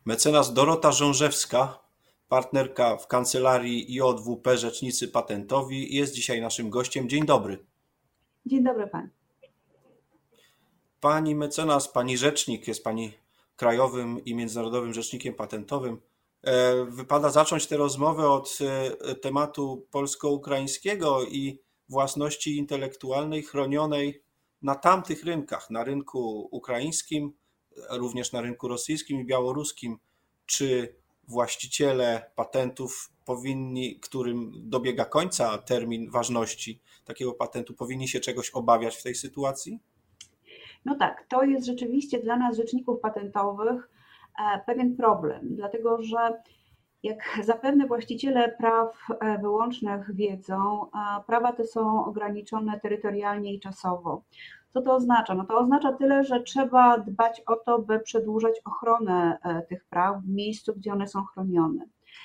Mecenas Dorota Żążewska, partnerka w kancelarii JWP Rzecznicy Patentowi, jest dzisiaj naszym gościem. Dzień dobry. Dzień dobry Pani. Pani mecenas, pani rzecznik, jest Pani krajowym i międzynarodowym rzecznikiem patentowym. Wypada zacząć tę rozmowę od tematu polsko-ukraińskiego i własności intelektualnej chronionej na tamtych rynkach, na rynku ukraińskim, również na rynku rosyjskim i białoruskim. Czy właściciele patentów którym dobiega końca termin ważności takiego patentu, powinni się czegoś obawiać w tej sytuacji? No tak, to jest rzeczywiście dla nas, rzeczników patentowych, pewien problem, dlatego że jak zapewne właściciele praw wyłącznych wiedzą, prawa te są ograniczone terytorialnie i czasowo. Co to oznacza? No to oznacza tyle, że trzeba dbać o to, by przedłużać ochronę tych praw w miejscu, gdzie one są chronione.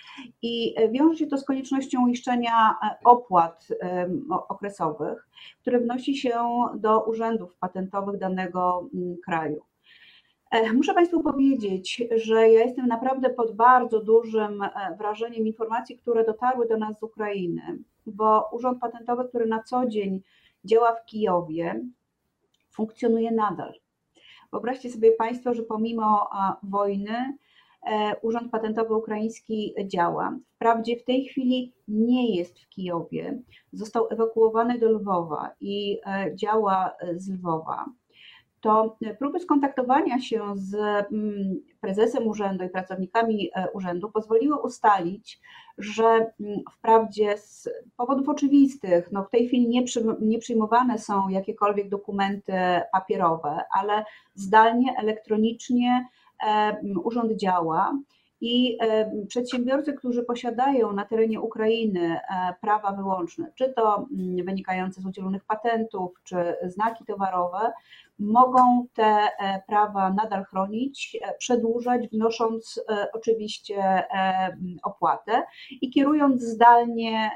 I wiąże się to z koniecznością uiszczenia opłat okresowych, które wnosi się do urzędów patentowych danego kraju. Muszę Państwu powiedzieć, że ja jestem naprawdę pod bardzo dużym wrażeniem informacji, które dotarły do nas z Ukrainy, bo Urząd Patentowy, który na co dzień działa w Kijowie, funkcjonuje nadal. Wyobraźcie sobie Państwo, że pomimo wojny Urząd Patentowy Ukraiński działa. Wprawdzie w tej chwili nie jest w Kijowie, został ewakuowany do Lwowa i działa z Lwowa. To próby skontaktowania się z prezesem urzędu i pracownikami urzędu pozwoliły ustalić, że wprawdzie z powodów oczywistych, w tej chwili nie przyjmowane są jakiekolwiek dokumenty papierowe, ale zdalnie, elektronicznie urząd działa i przedsiębiorcy, którzy posiadają na terenie Ukrainy prawa wyłączne, czy to wynikające z udzielonych patentów, czy znaki towarowe, mogą te prawa nadal chronić, przedłużać, wnosząc oczywiście opłatę i kierując zdalnie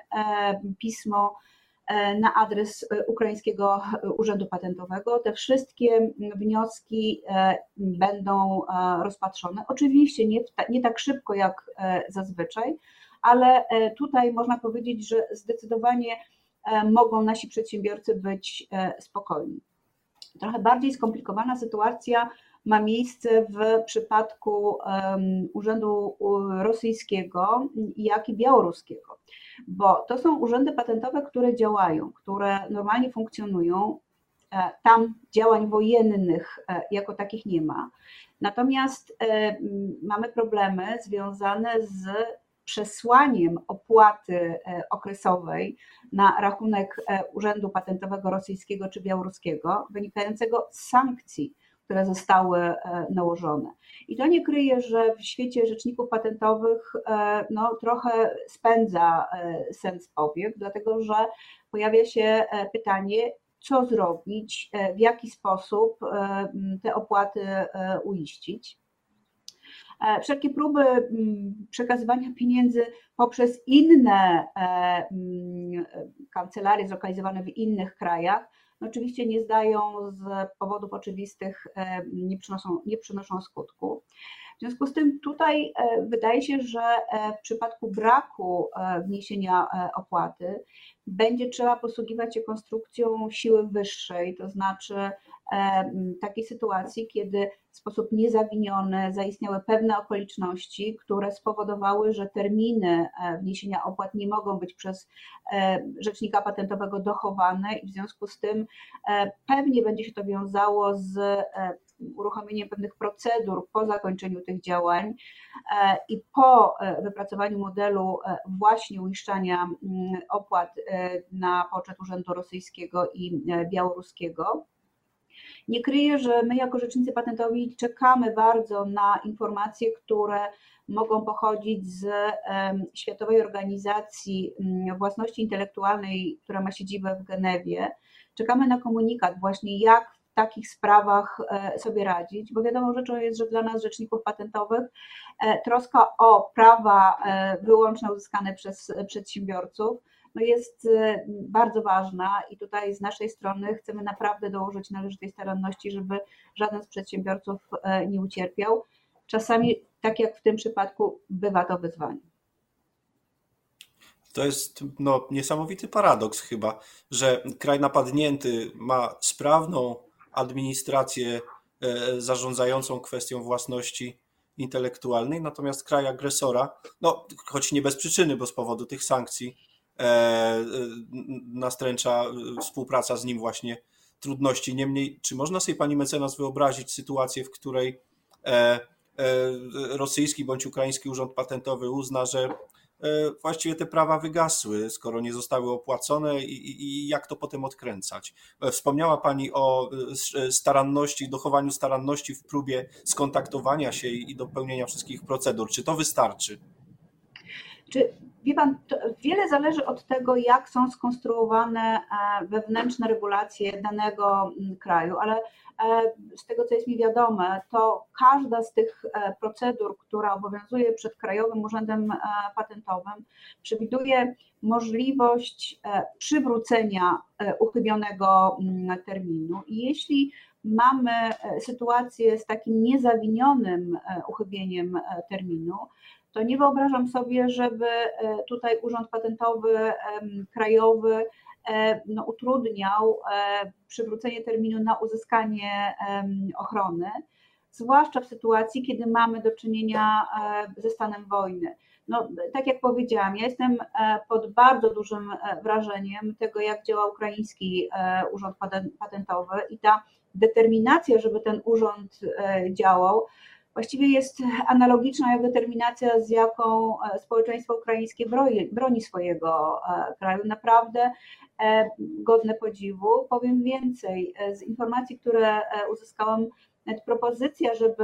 pismo na adres Ukraińskiego Urzędu Patentowego. Te wszystkie wnioski będą rozpatrzone. Oczywiście nie tak szybko jak zazwyczaj, ale tutaj można powiedzieć, że zdecydowanie mogą nasi przedsiębiorcy być spokojni. Trochę bardziej skomplikowana sytuacja ma miejsce w przypadku Urzędu Rosyjskiego, jak i Białoruskiego, bo to są urzędy patentowe, które działają, które normalnie funkcjonują. Tam działań wojennych jako takich nie ma. Natomiast mamy problemy związane z przesłaniem opłaty okresowej na rachunek Urzędu Patentowego Rosyjskiego czy Białoruskiego, wynikającego z sankcji, które zostały nałożone. I to nie kryje, że w świecie rzeczników patentowych trochę spędza sen z powiek, dlatego że pojawia się pytanie, co zrobić, w jaki sposób te opłaty uiścić. Wszelkie próby przekazywania pieniędzy poprzez inne kancelarie zlokalizowane w innych krajach oczywiście nie zdają z powodów oczywistych, nie przynoszą skutku. W związku z tym tutaj wydaje się, że w przypadku braku wniesienia opłaty będzie trzeba posługiwać się konstrukcją siły wyższej, to znaczy takiej sytuacji, kiedy w sposób niezawiniony zaistniały pewne okoliczności, które spowodowały, że terminy wniesienia opłat nie mogą być przez rzecznika patentowego dochowane i w związku z tym pewnie będzie się to wiązało z uruchomieniem pewnych procedur po zakończeniu tych działań i po wypracowaniu modelu właśnie uiszczania opłat na poczet Urzędu Rosyjskiego i Białoruskiego. Nie kryję, że my jako rzecznicy patentowi czekamy bardzo na informacje, które mogą pochodzić z Światowej Organizacji Własności Intelektualnej, która ma siedzibę w Genewie. Czekamy na komunikat właśnie, jak w takich sprawach sobie radzić, bo wiadomo rzeczą jest, że dla nas, rzeczników patentowych, troska o prawa wyłączne uzyskane przez przedsiębiorców jest bardzo ważna i tutaj z naszej strony chcemy naprawdę dołożyć należytej staranności, żeby żaden z przedsiębiorców nie ucierpiał. Czasami tak jak w tym przypadku bywa to wyzwanie. To jest niesamowity paradoks chyba, że kraj napadnięty ma sprawną administrację zarządzającą kwestią własności intelektualnej, natomiast kraj agresora, choć nie bez przyczyny, bo z powodu tych sankcji nastręcza współpraca z nim właśnie trudności. Niemniej, czy można sobie pani mecenas wyobrazić sytuację, w której rosyjski bądź ukraiński urząd patentowy uzna, że właściwie te prawa wygasły, skoro nie zostały opłacone i jak to potem odkręcać? Wspomniała pani o staranności, dochowaniu staranności w próbie skontaktowania się i dopełnienia wszystkich procedur. Czy to wystarczy? Wie pan, wiele zależy od tego, jak są skonstruowane wewnętrzne regulacje danego kraju, ale z tego, co jest mi wiadome, to każda z tych procedur, która obowiązuje przed Krajowym Urzędem Patentowym, przewiduje możliwość przywrócenia uchybionego terminu. I jeśli mamy sytuację z takim niezawinionym uchybieniem terminu, to nie wyobrażam sobie, żeby tutaj Urząd Patentowy Krajowy utrudniał przywrócenie terminu na uzyskanie ochrony, zwłaszcza w sytuacji, kiedy mamy do czynienia ze stanem wojny. Tak jak powiedziałam, ja jestem pod bardzo dużym wrażeniem tego, jak działa ukraiński Urząd Patentowy i ta determinacja, żeby ten urząd działał, właściwie jest analogiczna jak determinacja, z jaką społeczeństwo ukraińskie broni swojego kraju. Naprawdę godne podziwu. Powiem więcej, z informacji, które uzyskałam, nawet propozycja, żeby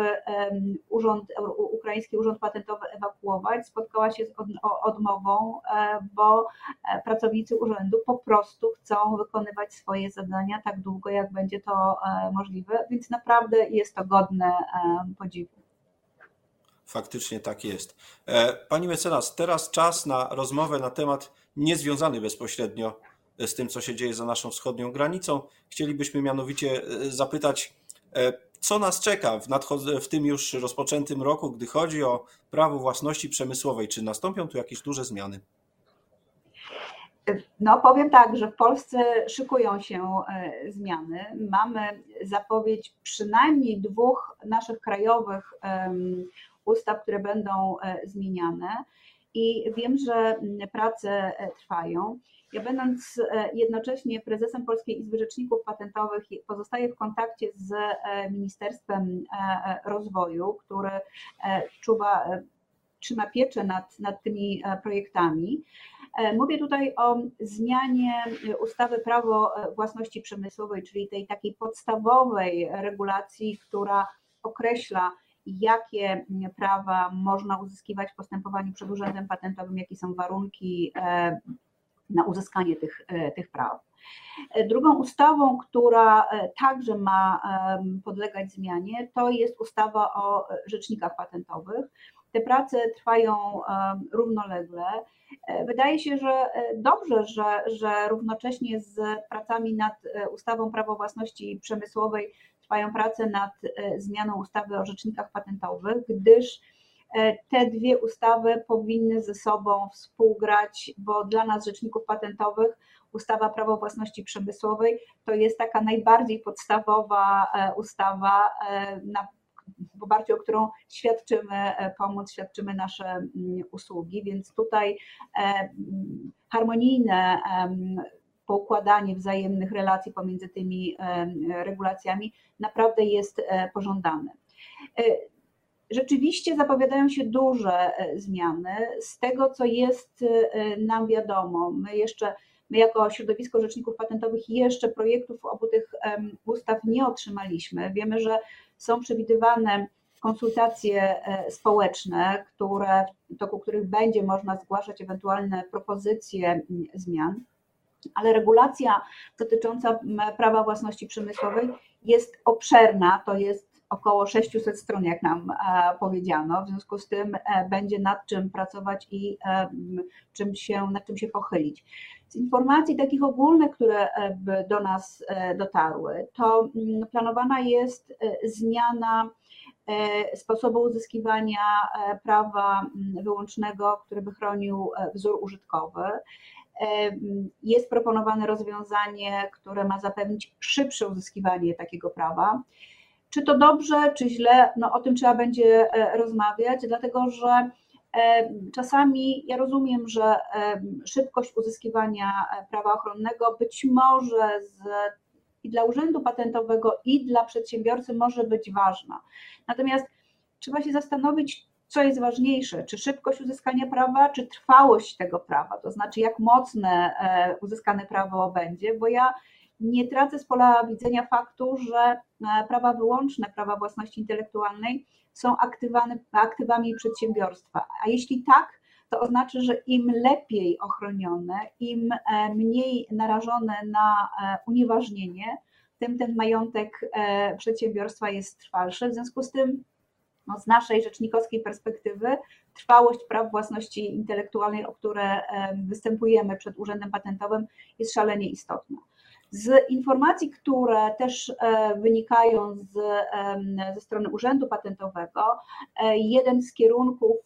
Ukraiński Urząd Patentowy ewakuować, spotkała się z odmową, bo pracownicy urzędu po prostu chcą wykonywać swoje zadania tak długo, jak będzie to możliwe, więc naprawdę jest to godne podziwu. Faktycznie tak jest. Pani mecenas, teraz czas na rozmowę na temat niezwiązany bezpośrednio z tym, co się dzieje za naszą wschodnią granicą. Chcielibyśmy mianowicie zapytać, co nas czeka w tym już rozpoczętym roku, gdy chodzi o prawo własności przemysłowej? Czy nastąpią tu jakieś duże zmiany? Powiem tak, że w Polsce szykują się zmiany. Mamy zapowiedź przynajmniej 2 naszych krajowych ustaw, które będą zmieniane i wiem, że prace trwają. Ja będąc jednocześnie prezesem Polskiej Izby Rzeczników Patentowych pozostaję w kontakcie z Ministerstwem Rozwoju, które trzyma pieczę nad tymi projektami. Mówię tutaj o zmianie ustawy Prawo Własności Przemysłowej, czyli tej takiej podstawowej regulacji, która określa, jakie prawa można uzyskiwać w postępowaniu przed Urzędem Patentowym, jakie są warunki na uzyskanie tych praw. Drugą ustawą, która także ma podlegać zmianie, to jest ustawa o rzecznikach patentowych. Te prace trwają równolegle. Wydaje się, że dobrze, że równocześnie z pracami nad ustawą Prawo Własności Przemysłowej trwają prace nad zmianą ustawy o rzecznikach patentowych, gdyż te 2 ustawy powinny ze sobą współgrać, bo dla nas rzeczników patentowych ustawa Prawo Własności Przemysłowej to jest taka najbardziej podstawowa ustawa, w oparciu o którą świadczymy pomoc, świadczymy nasze usługi, więc tutaj harmonijne poukładanie wzajemnych relacji pomiędzy tymi regulacjami naprawdę jest pożądane. Rzeczywiście zapowiadają się duże zmiany. Z tego, co jest nam wiadomo, my jako środowisko rzeczników patentowych jeszcze projektów obu tych ustaw nie otrzymaliśmy. Wiemy, że są przewidywane konsultacje społeczne, w toku których będzie można zgłaszać ewentualne propozycje zmian, ale regulacja dotycząca prawa własności przemysłowej jest obszerna, to jest około 600 stron, jak nam powiedziano, w związku z tym będzie nad czym pracować i nad czym się pochylić. Z informacji takich ogólnych, które do nas dotarły, to planowana jest zmiana sposobu uzyskiwania prawa wyłącznego, który by chronił wzór użytkowy. Jest proponowane rozwiązanie, które ma zapewnić szybsze uzyskiwanie takiego prawa. Czy to dobrze, czy źle? No o tym trzeba będzie rozmawiać, dlatego że czasami ja rozumiem, że szybkość uzyskiwania prawa ochronnego być może i dla Urzędu Patentowego, i dla przedsiębiorcy może być ważna. Natomiast trzeba się zastanowić, co jest ważniejsze, czy szybkość uzyskania prawa, czy trwałość tego prawa, to znaczy jak mocne uzyskane prawo będzie, bo ja nie tracę z pola widzenia faktu, że prawa wyłączne, prawa własności intelektualnej są aktywami przedsiębiorstwa, a jeśli tak, to oznacza, że im lepiej ochronione, im mniej narażone na unieważnienie, tym ten majątek przedsiębiorstwa jest trwalszy. W związku z tym z naszej rzecznikowskiej perspektywy trwałość praw własności intelektualnej, o które występujemy przed Urzędem Patentowym, jest szalenie istotna. Z informacji, które też wynikają ze strony Urzędu Patentowego, jeden z kierunków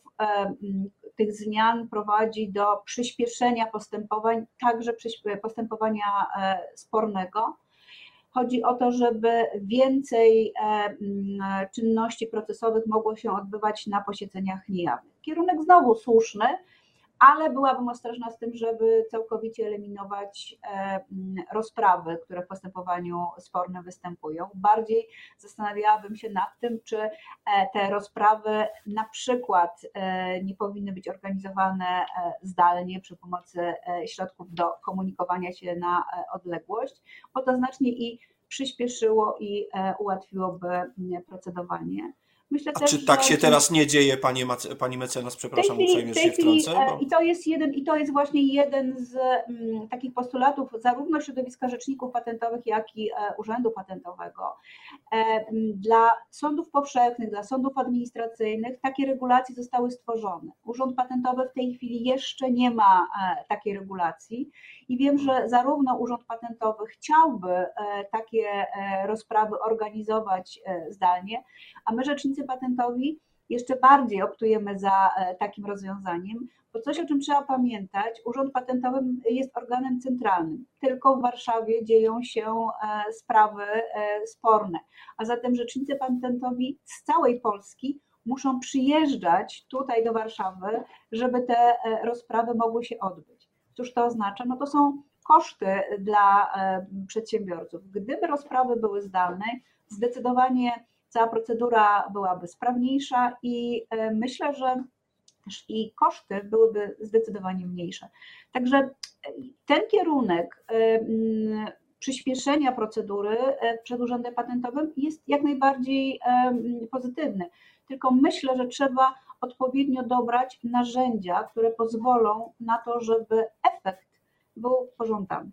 tych zmian prowadzi do przyspieszenia postępowań, także postępowania spornego. Chodzi o to, żeby więcej czynności procesowych mogło się odbywać na posiedzeniach niejawnych. Kierunek znowu słuszny, ale byłabym ostrożna z tym, żeby całkowicie eliminować rozprawy, które w postępowaniu spornym występują. Bardziej zastanawiałabym się nad tym, czy te rozprawy na przykład nie powinny być organizowane zdalnie przy pomocy środków do komunikowania się na odległość, bo to znacznie i przyspieszyło i ułatwiłoby procedowanie. Myślę A też, czy tak że się teraz nie dzieje, pani mecenas, przepraszam uprzejmie, że się wtrącę? Bo... I to jest właśnie jeden z takich postulatów zarówno środowiska rzeczników patentowych, jak i Urzędu Patentowego. Dla sądów powszechnych, dla sądów administracyjnych takie regulacje zostały stworzone. Urząd Patentowy w tej chwili jeszcze nie ma takiej regulacji i wiem, że zarówno Urząd Patentowy chciałby takie rozprawy organizować zdalnie, a my rzecznicy patentowi jeszcze bardziej optujemy za takim rozwiązaniem, bo coś, o czym trzeba pamiętać, Urząd Patentowy jest organem centralnym. Tylko w Warszawie dzieją się sprawy sporne, a zatem rzecznicy patentowi z całej Polski muszą przyjeżdżać tutaj do Warszawy, żeby te rozprawy mogły się odbyć. Cóż to oznacza? No to są koszty dla przedsiębiorców. Gdyby rozprawy były zdalne, zdecydowanie cała procedura byłaby sprawniejsza i myślę, że też i koszty byłyby zdecydowanie mniejsze. Także ten kierunek przyspieszenia procedury przed Urzędem Patentowym jest jak najbardziej pozytywny. Tylko myślę, że trzeba odpowiednio dobrać narzędzia, które pozwolą na to, żeby efekt był pożądany.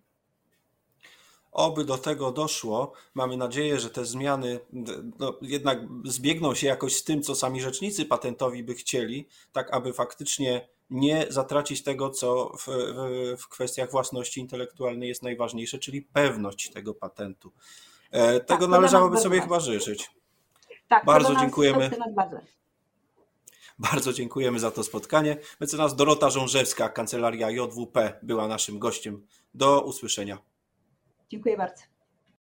Oby do tego doszło. Mamy nadzieję, że te zmiany jednak zbiegną się jakoś z tym, co sami rzecznicy patentowi by chcieli, tak aby faktycznie nie zatracić tego, co w kwestiach własności intelektualnej jest najważniejsze, czyli pewność tego patentu. Tego należałoby sobie chyba życzyć. Tak, bardzo dziękujemy. Bardzo dziękujemy za to spotkanie. Mecenas Dorota Żążewska, Kancelaria JWP była naszym gościem. Do usłyszenia. Dziękuję bardzo.